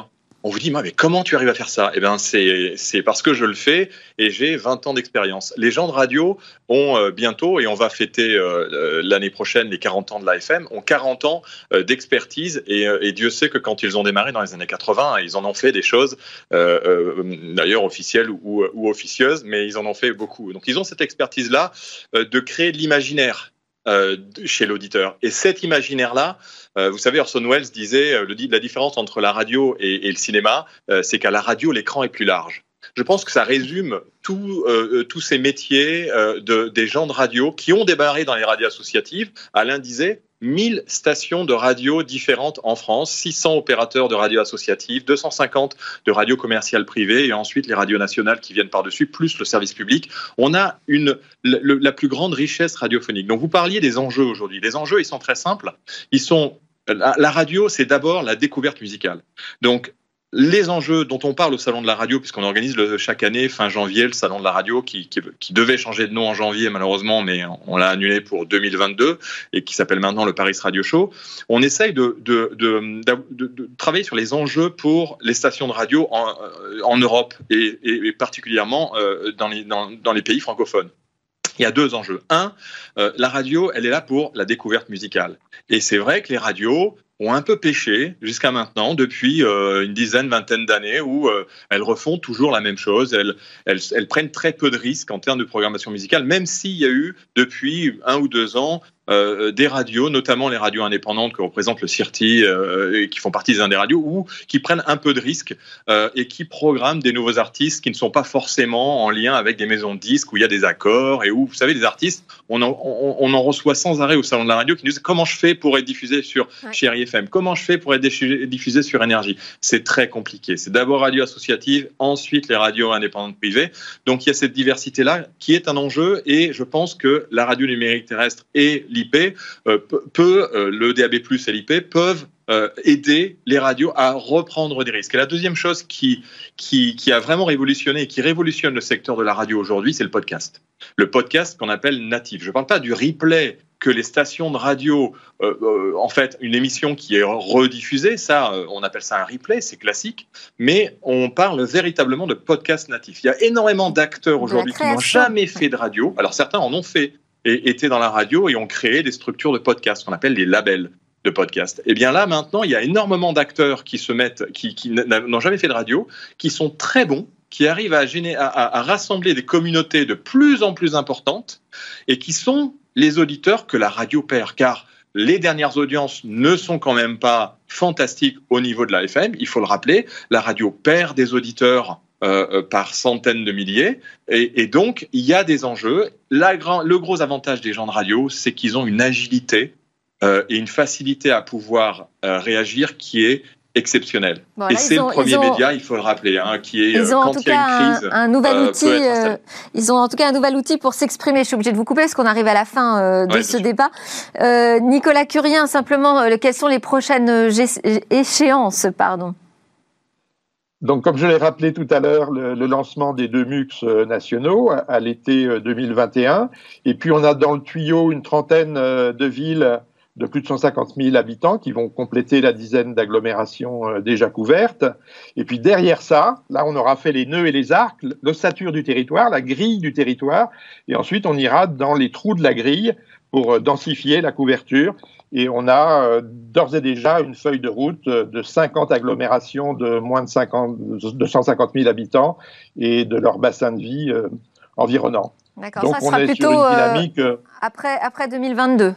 on vous dit, mais comment tu arrives à faire ça? Eh bien, c'est, c'est parce que je le fais et j'ai vingt ans d'expérience. Les gens de radio ont euh, bientôt, et on va fêter euh, l'année prochaine les quarante ans de l'A F M, ont quarante ans euh, d'expertise et, euh, et Dieu sait que quand ils ont démarré dans les années quatre-vingts, ils en ont fait des choses, euh, euh, d'ailleurs officielles ou, ou officieuses, mais ils en ont fait beaucoup. Donc, ils ont cette expertise-là euh, de créer de l'imaginaire Euh, chez l'auditeur. Et cet imaginaire-là, euh, vous savez, Orson Welles disait euh, le, la différence entre la radio et, et le cinéma, euh, c'est qu'à la radio, l'écran est plus large. Je pense que ça résume tout, euh, tous ces métiers euh, de, des gens de radio qui ont démarré dans les radios associatives. Alain disait mille stations de radio différentes en France, six cents opérateurs de radio associatives, deux cent cinquante de radio commerciales privées et ensuite les radios nationales qui viennent par-dessus, plus le service public. On a une, le, la plus grande richesse radiophonique. Donc vous parliez des enjeux aujourd'hui. Les enjeux, ils sont très simples. Ils sont, la, la radio, c'est d'abord la découverte musicale. Donc les enjeux dont on parle au Salon de la Radio, puisqu'on organise le, chaque année, fin janvier, le Salon de la Radio, qui, qui, qui devait changer de nom en janvier, malheureusement, mais on l'a annulé pour deux mille vingt-deux, et qui s'appelle maintenant le Paris Radio Show. On essaye de, de, de, de, de, de travailler sur les enjeux pour les stations de radio en, en Europe, et, et, et particulièrement dans les, dans, dans les pays francophones. Il y a deux enjeux. Un, euh, la radio, elle est là pour la découverte musicale. Et c'est vrai que les radios ont un peu péché jusqu'à maintenant, depuis euh, une dizaine, vingtaine d'années, où euh, elles refont toujours la même chose. Elles, elles, elles prennent très peu de risques en termes de programmation musicale, même s'il y a eu, depuis un ou deux ans, Euh, des radios, notamment les radios indépendantes que représente le C I R T I euh, et qui font partie des un des radios, ou qui prennent un peu de risques euh, et qui programment des nouveaux artistes qui ne sont pas forcément en lien avec des maisons de disques où il y a des accords et où, vous savez, les artistes, on en, on, on en reçoit sans arrêt au Salon de la Radio qui nous disent comment je fais pour être diffusé sur ouais. Chérie F M, comment je fais pour être diffusé sur Énergie. C'est très compliqué. C'est d'abord radio associative, ensuite les radios indépendantes privées. Donc il y a cette diversité-là qui est un enjeu et je pense que la radio numérique terrestre et l'I P euh, peut, euh, le D A B plus et l'I P peuvent euh, aider les radios à reprendre des risques. Et la deuxième chose qui, qui, qui a vraiment révolutionné et qui révolutionne le secteur de la radio aujourd'hui, c'est le podcast. Le podcast qu'on appelle natif. Je ne parle pas du replay que les stations de radio, euh, euh, en fait, une émission qui est rediffusée, ça, euh, on appelle ça un replay, c'est classique, mais on parle véritablement de podcast natif. Il y a énormément d'acteurs aujourd'hui qui n'ont jamais fait de radio. Alors certains en ont fait, et étaient dans la radio et ont créé des structures de podcast, qu'on appelle des labels de podcast. Et bien là, maintenant, il y a énormément d'acteurs qui se mettent, qui, qui n'ont jamais fait de radio, qui sont très bons, qui arrivent à, géner, à, à, à rassembler des communautés de plus en plus importantes et qui sont les auditeurs que la radio perd. Car les dernières audiences ne sont quand même pas fantastiques au niveau de la F M. Il faut le rappeler, la radio perd des auditeurs Euh, par centaines de milliers. Et, et donc, il y a des enjeux. La grand, le gros avantage des gens de radio, c'est qu'ils ont une agilité euh, et une facilité à pouvoir euh, réagir qui est exceptionnelle. Bon, et là, c'est ont, le premier ont, média, il faut le rappeler, hein, qui est ils ont quand en tout il y a cas une crise. Un, un nouvel euh, outil. Euh, ils ont en tout cas un nouvel outil pour s'exprimer. Je suis obligée de vous couper parce qu'on arrive à la fin euh, de ouais, ce débat. Euh, Nicolas Curien, simplement, euh, quelles sont les prochaines échéances, pardon? Donc, comme je l'ai rappelé tout à l'heure, le, le lancement des deux M U X nationaux à, à l'été deux mille vingt et un. Et puis, on a dans le tuyau une trentaine de villes de plus de cent cinquante mille habitants qui vont compléter la dizaine d'agglomérations déjà couvertes. Et puis, derrière ça, là, on aura fait les nœuds et les arcs, l'ossature du territoire, la grille du territoire. Et ensuite, on ira dans les trous de la grille pour densifier la couverture. Et on a euh, d'ores et déjà une feuille de route de cinquante agglomérations de moins de, cinquante, de cent cinquante mille habitants et de leur bassin de vie euh, environnant. D'accord, donc ça on sera est plutôt sur une dynamique, euh, après, après deux mille vingt-deux.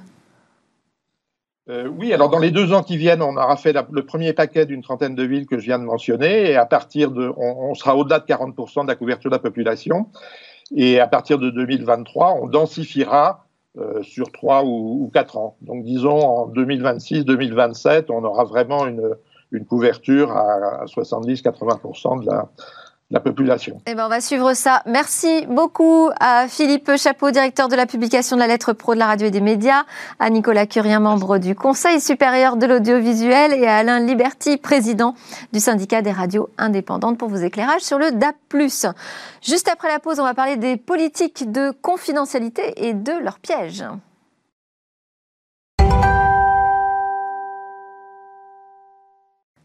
Euh, oui, alors dans les deux ans qui viennent, on aura fait la, le premier paquet d'une trentaine de villes que je viens de mentionner et à partir de, on, on sera au-delà de quarante pour cent de la couverture de la population. Et à partir de deux mille vingt-trois, on densifiera Euh, sur trois ou, ou quatre ans. Donc, disons, en deux mille vingt-six deux mille vingt-sept, on aura vraiment une, une couverture à, à soixante-dix à quatre-vingts pour cent de la, la population. Eh ben, on va suivre ça. Merci beaucoup à Philippe Chapeau, directeur de la publication de la Lettre Pro de la radio et des médias, à Nicolas Curien, membre du Conseil supérieur de l'audiovisuel, et à Alain Liberty, président du syndicat des radios indépendantes, pour vos éclairages sur le D A B plus. Juste après la pause, on va parler des politiques de confidentialité et de leurs pièges.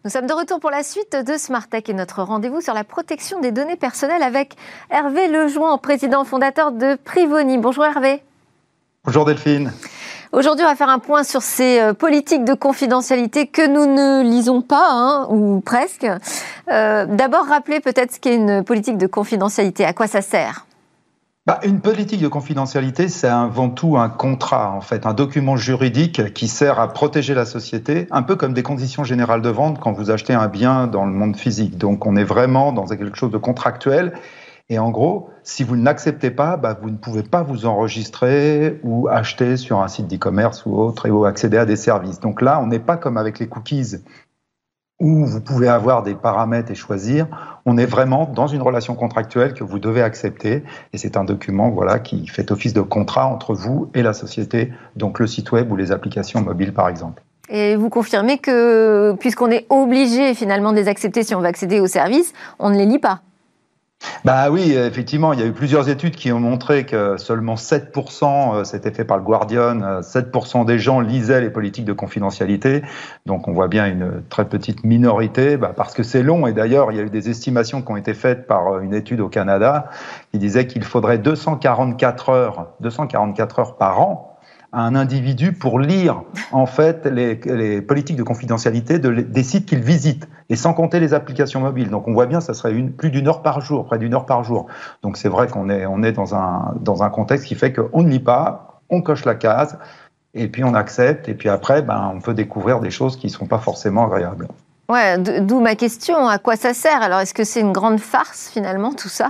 Nous sommes de retour pour la suite de Smart Tech et notre rendez-vous sur la protection des données personnelles avec Hervé Lejoin, président fondateur de Privoni. Bonjour Hervé. Bonjour Delphine. Aujourd'hui, on va faire un point sur ces politiques de confidentialité que nous ne lisons pas, hein, ou presque. Euh, d'abord, rappelez peut-être ce qu'est une politique de confidentialité. À quoi ça sert ? Bah, une politique de confidentialité, c'est avant tout un contrat, en fait, un document juridique qui sert à protéger la société, un peu comme des conditions générales de vente quand vous achetez un bien dans le monde physique. Donc, on est vraiment dans quelque chose de contractuel. Et en gros, si vous n'acceptez pas, bah, vous ne pouvez pas vous enregistrer ou acheter sur un site d'e-commerce ou autre et ou accéder à des services. Donc là, on n'est pas comme avec les cookies où vous pouvez avoir des paramètres et choisir. On est vraiment dans une relation contractuelle que vous devez accepter. Et c'est un document voilà, qui fait office de contrat entre vous et la société, donc le site web ou les applications mobiles, par exemple. Et vous confirmez que, puisqu'on est obligé finalement de les accepter si on veut accéder aux services, on ne les lit pas ? Bah oui, effectivement, il y a eu plusieurs études qui ont montré que seulement sept pour cent, c'était fait par le Guardian, sept pour cent des gens lisaient les politiques de confidentialité. Donc on voit bien une très petite minorité, bah parce que c'est long. Et d'ailleurs, il y a eu des estimations qui ont été faites par une étude au Canada qui disait qu'il faudrait deux cent quarante-quatre heures, deux cent quarante-quatre heures par an à un individu pour lire en fait les, les politiques de confidentialité de, des sites qu'il visite, et sans compter les applications mobiles. Donc on voit bien, ça serait une, plus d'une heure par jour, près d'une heure par jour. Donc c'est vrai qu'on est, on est dans un, dans un contexte qui fait qu'on ne lit pas, on coche la case, et puis on accepte, et puis après, ben, on peut découvrir des choses qui ne sont pas forcément agréables. Ouais, d'où ma question, à quoi ça sert ? Alors est-ce que c'est une grande farce finalement tout ça ?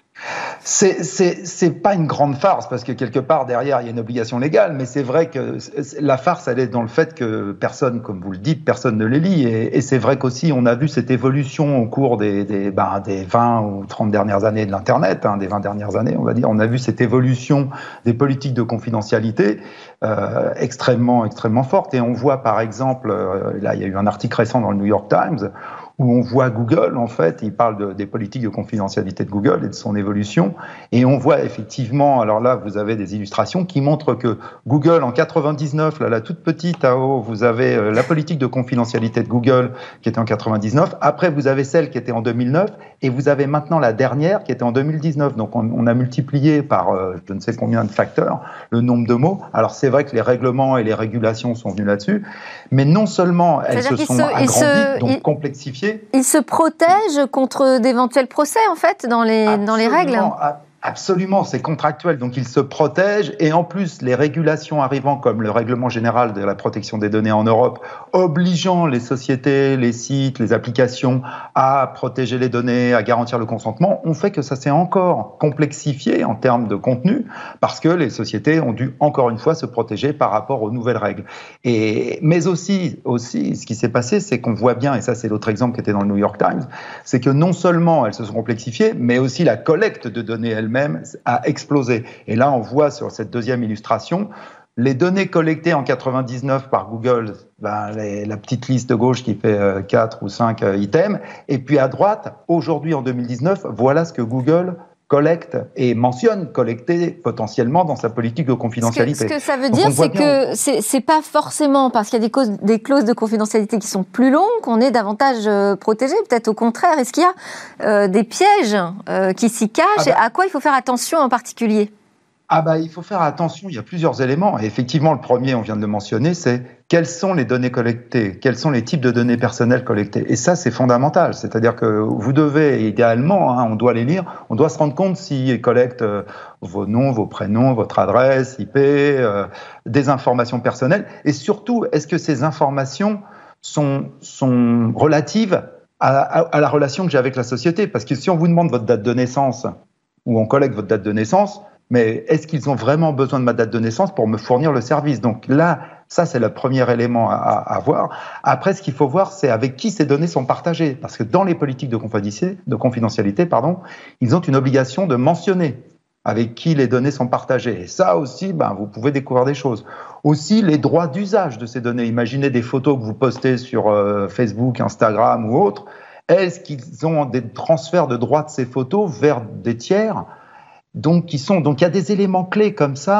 C'est, c'est, c'est pas une grande farce parce que quelque part derrière il y a une obligation légale, mais c'est vrai que la farce elle est dans le fait que personne, comme vous le dites, personne ne les lit, et, et c'est vrai qu'aussi on a vu cette évolution au cours des, des, ben, des vingt ou trente dernières années de l'internet, hein, des vingt dernières années on va dire, on a vu cette évolution des politiques de confidentialité euh, extrêmement extrêmement forte, et on voit par exemple, euh, là il y a eu un article récent dans le New York Times où on voit Google, en fait, il parle de, des politiques de confidentialité de Google et de son évolution, et on voit effectivement, alors là, vous avez des illustrations qui montrent que Google, en quatre-vingt-dix-neuf, là, la toute petite à haut, vous avez euh, la politique de confidentialité de Google qui était en quatre-vingt-dix-neuf, après vous avez celle qui était en deux mille neuf, et vous avez maintenant la dernière qui était en deux mille dix-neuf, donc on, on a multiplié par euh, je ne sais combien de facteurs le nombre de mots. Alors c'est vrai que les règlements et les régulations sont venus là-dessus, mais non seulement elles se sont se, agrandies, se, donc il... complexifiées. Il se protège contre d'éventuels procès, en fait, dans les, dans les règles. Absolument, c'est contractuel, donc il se protège, et en plus, les régulations arrivant, comme le règlement général de la protection des données en Europe, obligeant les sociétés, les sites, les applications à protéger les données, à garantir le consentement, ont fait que ça s'est encore complexifié en termes de contenu, parce que les sociétés ont dû encore une fois se protéger par rapport aux nouvelles règles. Et, mais aussi, aussi, ce qui s'est passé, c'est qu'on voit bien, et ça c'est l'autre exemple qui était dans le New York Times, c'est que non seulement elles se sont complexifiées, mais aussi la collecte de données elles même a explosé. Et là, on voit sur cette deuxième illustration, les données collectées en quatre-vingt-dix-neuf par Google, ben, les, la petite liste de gauche qui fait euh, quatre ou cinq euh, items, et puis à droite, aujourd'hui en deux mille dix-neuf, voilà ce que Google collecte et mentionne collecter potentiellement dans sa politique de confidentialité. Ce que, ce que ça veut dire, c'est que c'est, c'est pas forcément parce qu'il y a des, causes, des clauses de confidentialité qui sont plus longues qu'on est davantage euh, protégé. Peut-être au contraire. Est-ce qu'il y a euh, des pièges euh, qui s'y cachent? Ah bah, et à quoi il faut faire attention en particulier? Ah bah, il faut faire attention, il y a plusieurs éléments. Et effectivement, le premier, on vient de le mentionner, c'est quelles sont les données collectées, quels sont les types de données personnelles collectées. Et ça, c'est fondamental. C'est-à-dire que vous devez, idéalement, hein, on doit les lire, on doit se rendre compte s'ils collectent euh, vos noms, vos prénoms, votre adresse, I P, euh, des informations personnelles. Et surtout, est-ce que ces informations sont, sont relatives à, à, à la relation que j'ai avec la société? Parce que si on vous demande votre date de naissance, ou on collecte votre date de naissance, mais est-ce qu'ils ont vraiment besoin de ma date de naissance pour me fournir le service? Donc là, ça, c'est le premier élément à, à, à voir. Après, ce qu'il faut voir, c'est avec qui ces données sont partagées. Parce que dans les politiques de confidentialité, de confidentialité, pardon, ils ont une obligation de mentionner avec qui les données sont partagées. Et ça aussi, ben, vous pouvez découvrir des choses. Aussi, les droits d'usage de ces données. Imaginez des photos que vous postez sur euh, Facebook, Instagram ou autre. Est-ce qu'ils ont des transferts de droits de ces photos vers des tiers? Donc, qui sont, donc, il y a des éléments clés comme ça.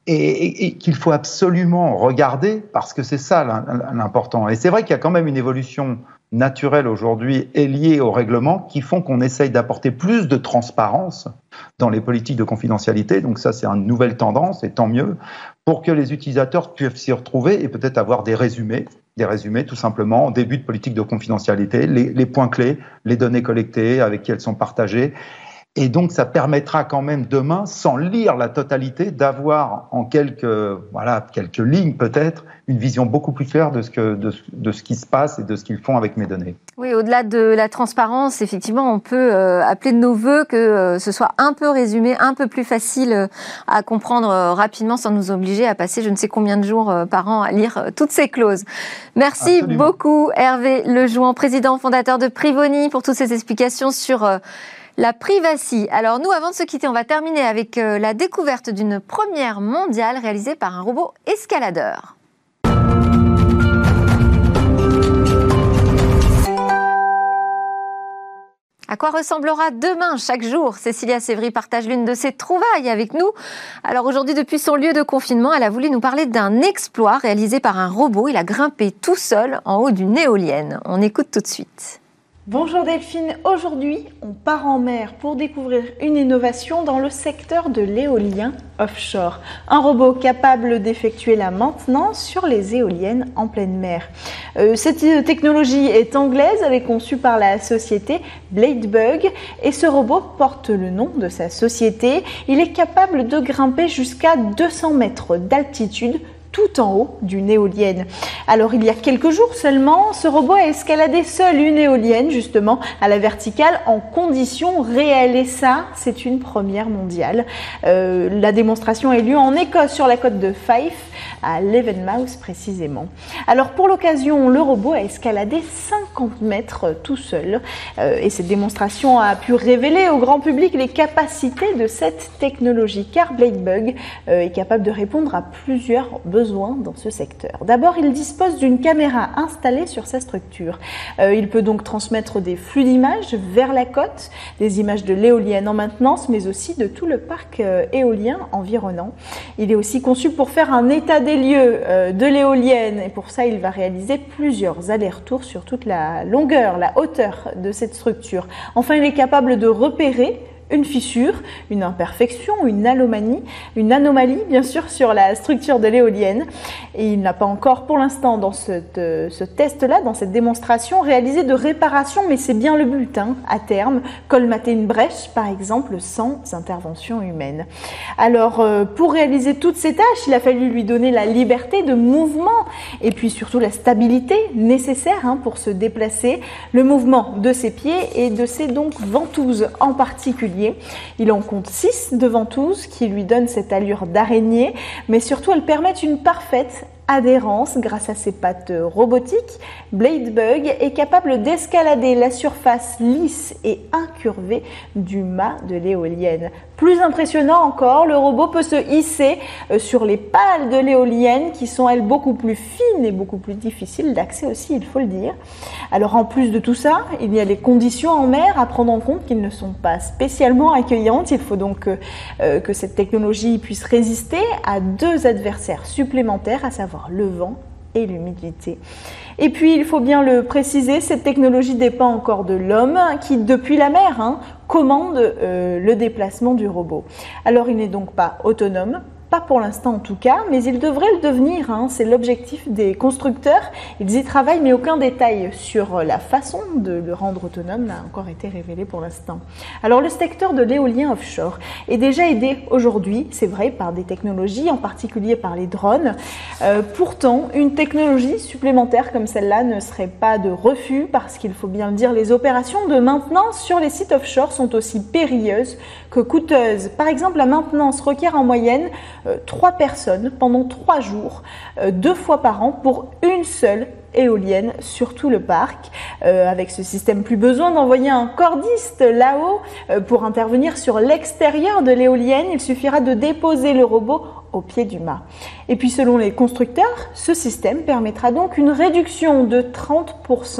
et, et, et qu'il faut absolument regarder parce que c'est ça l'important. Et c'est vrai qu'il y a quand même une évolution naturelle aujourd'hui et liée au règlement qui font qu'on essaye d'apporter plus de transparence dans les politiques de confidentialité. Donc ça, c'est une nouvelle tendance et tant mieux pour que les utilisateurs puissent s'y retrouver et peut-être avoir des résumés, des résumés tout simplement en début de politique de confidentialité, les, les points clés, les données collectées, avec qui elles sont partagées. Et donc, ça permettra quand même demain, sans lire la totalité, d'avoir en quelques, voilà, quelques lignes peut-être, une vision beaucoup plus claire de ce, que, de, de ce qui se passe et de ce qu'ils font avec mes données. Oui, au-delà de la transparence, effectivement, on peut euh, appeler de nos voeux que euh, ce soit un peu résumé, un peu plus facile euh, à comprendre euh, rapidement sans nous obliger à passer je ne sais combien de jours euh, par an à lire euh, toutes ces clauses. Merci Absolument. beaucoup Hervé Lejouan, président fondateur de Privoni, pour toutes ces explications sur euh, la privacy. Alors nous, avant de se quitter, on va terminer avec euh, la découverte d'une première mondiale réalisée par un robot escaladeur. À quoi ressemblera demain chaque jour? Cécilia Sévry partage l'une de ses trouvailles avec nous. Alors aujourd'hui, depuis son lieu de confinement, elle a voulu nous parler d'un exploit réalisé par un robot. Il a grimpé tout seul en haut d'une éolienne. On écoute tout de suite. Bonjour Delphine, aujourd'hui on part en mer pour découvrir une innovation dans le secteur de l'éolien offshore. Un robot capable d'effectuer la maintenance sur les éoliennes en pleine mer. Euh, cette technologie est anglaise, elle est conçue par la société Bladebug et ce robot porte le nom de sa société. Il est capable de grimper jusqu'à deux cents mètres d'altitude tout en haut d'une éolienne. Alors il y a quelques jours seulement, ce robot a escaladé seul une éolienne justement à la verticale en conditions réelles et ça c'est une première mondiale. Euh, la démonstration a eu lieu en Écosse sur la côte de Fife à Levenmouth précisément. Alors pour l'occasion le robot a escaladé cinquante mètres tout seul euh, et cette démonstration a pu révéler au grand public les capacités de cette technologie car Bladebug euh, est capable de répondre à plusieurs besoins dans ce secteur. D'abord, il dispose d'une caméra installée sur sa structure. Euh, il peut donc transmettre des flux d'images vers la côte, des images de l'éolienne en maintenance, mais aussi de tout le parc euh, éolien environnant. Il est aussi conçu pour faire un état des lieux euh, de l'éolienne et pour ça, il va réaliser plusieurs allers-retours sur toute la longueur, la hauteur de cette structure. Enfin, il est capable de repérer une fissure, une imperfection, une anomalie, une anomalie bien sûr sur la structure de l'éolienne. Et il n'a pas encore pour l'instant dans cette, euh, ce test-là, dans cette démonstration, réalisé de réparation, mais c'est bien le but hein, à terme, colmater une brèche par exemple sans intervention humaine. Alors euh, pour réaliser toutes ces tâches, il a fallu lui donner la liberté de mouvement et puis surtout la stabilité nécessaire hein, pour se déplacer, le mouvement de ses pieds et de ses donc ventouses en particulier. Il en compte six de ventouses qui lui donnent cette allure d'araignée, mais surtout elles permettent une parfaite adhérence grâce à ses pattes robotiques. Bladebug est capable d'escalader la surface lisse et incurvée du mât de l'éolienne. Plus impressionnant encore, le robot peut se hisser sur les pales de l'éolienne qui sont elles beaucoup plus fines et beaucoup plus difficiles d'accès aussi, il faut le dire. Alors en plus de tout ça, il y a les conditions en mer à prendre en compte qui ne sont pas spécialement accueillantes. Il faut donc euh, que cette technologie puisse résister à deux adversaires supplémentaires, à savoir le vent et l'humidité. Et puis, il faut bien le préciser, cette technologie dépend encore de l'homme qui, depuis la mer, hein, commande euh, le déplacement du robot. Alors, il n'est donc pas autonome, pas pour l'instant en tout cas, mais il devrait le devenir, hein. C'est l'objectif des constructeurs. Ils y travaillent, mais aucun détail sur la façon de le rendre autonome n'a encore été révélé pour l'instant. Alors le secteur de l'éolien offshore est déjà aidé aujourd'hui, c'est vrai, par des technologies, en particulier par les drones. Euh, pourtant, une technologie supplémentaire comme celle-là ne serait pas de refus, parce qu'il faut bien le dire, les opérations de maintenance sur les sites offshore sont aussi périlleuses que coûteuses. Par exemple, la maintenance requiert en moyenne Euh, trois personnes pendant trois jours, euh, deux fois par an pour une seule éolienne sur tout le parc. Euh, avec ce système, plus besoin d'envoyer un cordiste là-haut euh, pour intervenir sur l'extérieur de l'éolienne. Il suffira de déposer le robot au pied du mât. Et puis selon les constructeurs, ce système permettra donc une réduction de trente pour cent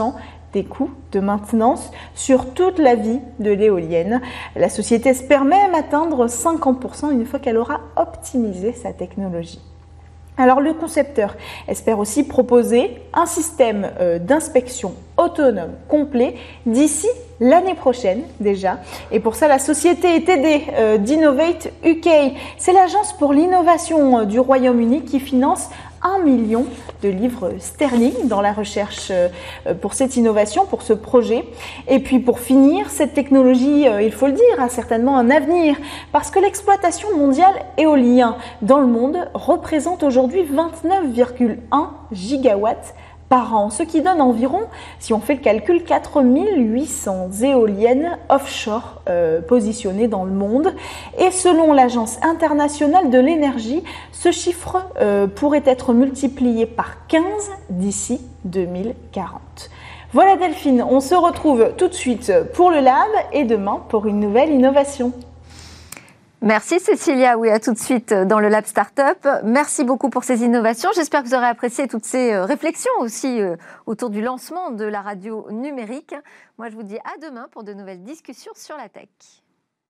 des coûts de maintenance sur toute la vie de l'éolienne. La société espère même atteindre cinquante pour cent une fois qu'elle aura optimisé sa technologie. Alors le concepteur espère aussi proposer un système euh, d'inspection autonome complet d'ici l'année prochaine déjà. Et pour ça, la société est aidée euh, d'Innovate U K. C'est l'agence pour l'innovation euh, du Royaume-Uni qui finance un million de livres sterling dans la recherche euh, pour cette innovation, pour ce projet. Et puis pour finir, cette technologie, euh, il faut le dire, a certainement un avenir parce que l'exploitation mondiale éolien dans le monde représente aujourd'hui vingt-neuf virgule un gigawatts par an, ce qui donne environ, si on fait le calcul, quatre mille huit cents éoliennes offshore euh, positionnées dans le monde. Et selon l'Agence internationale de l'énergie, ce chiffre euh, pourrait être multiplié par quinze d'ici deux mille quarante. Voilà Delphine, on se retrouve tout de suite pour le Lab et demain pour une nouvelle innovation. Merci Cécilia, oui, à tout de suite dans le Lab Startup. Merci beaucoup pour ces innovations. J'espère que vous aurez apprécié toutes ces réflexions aussi autour du lancement de la radio numérique. Moi, je vous dis à demain pour de nouvelles discussions sur la tech.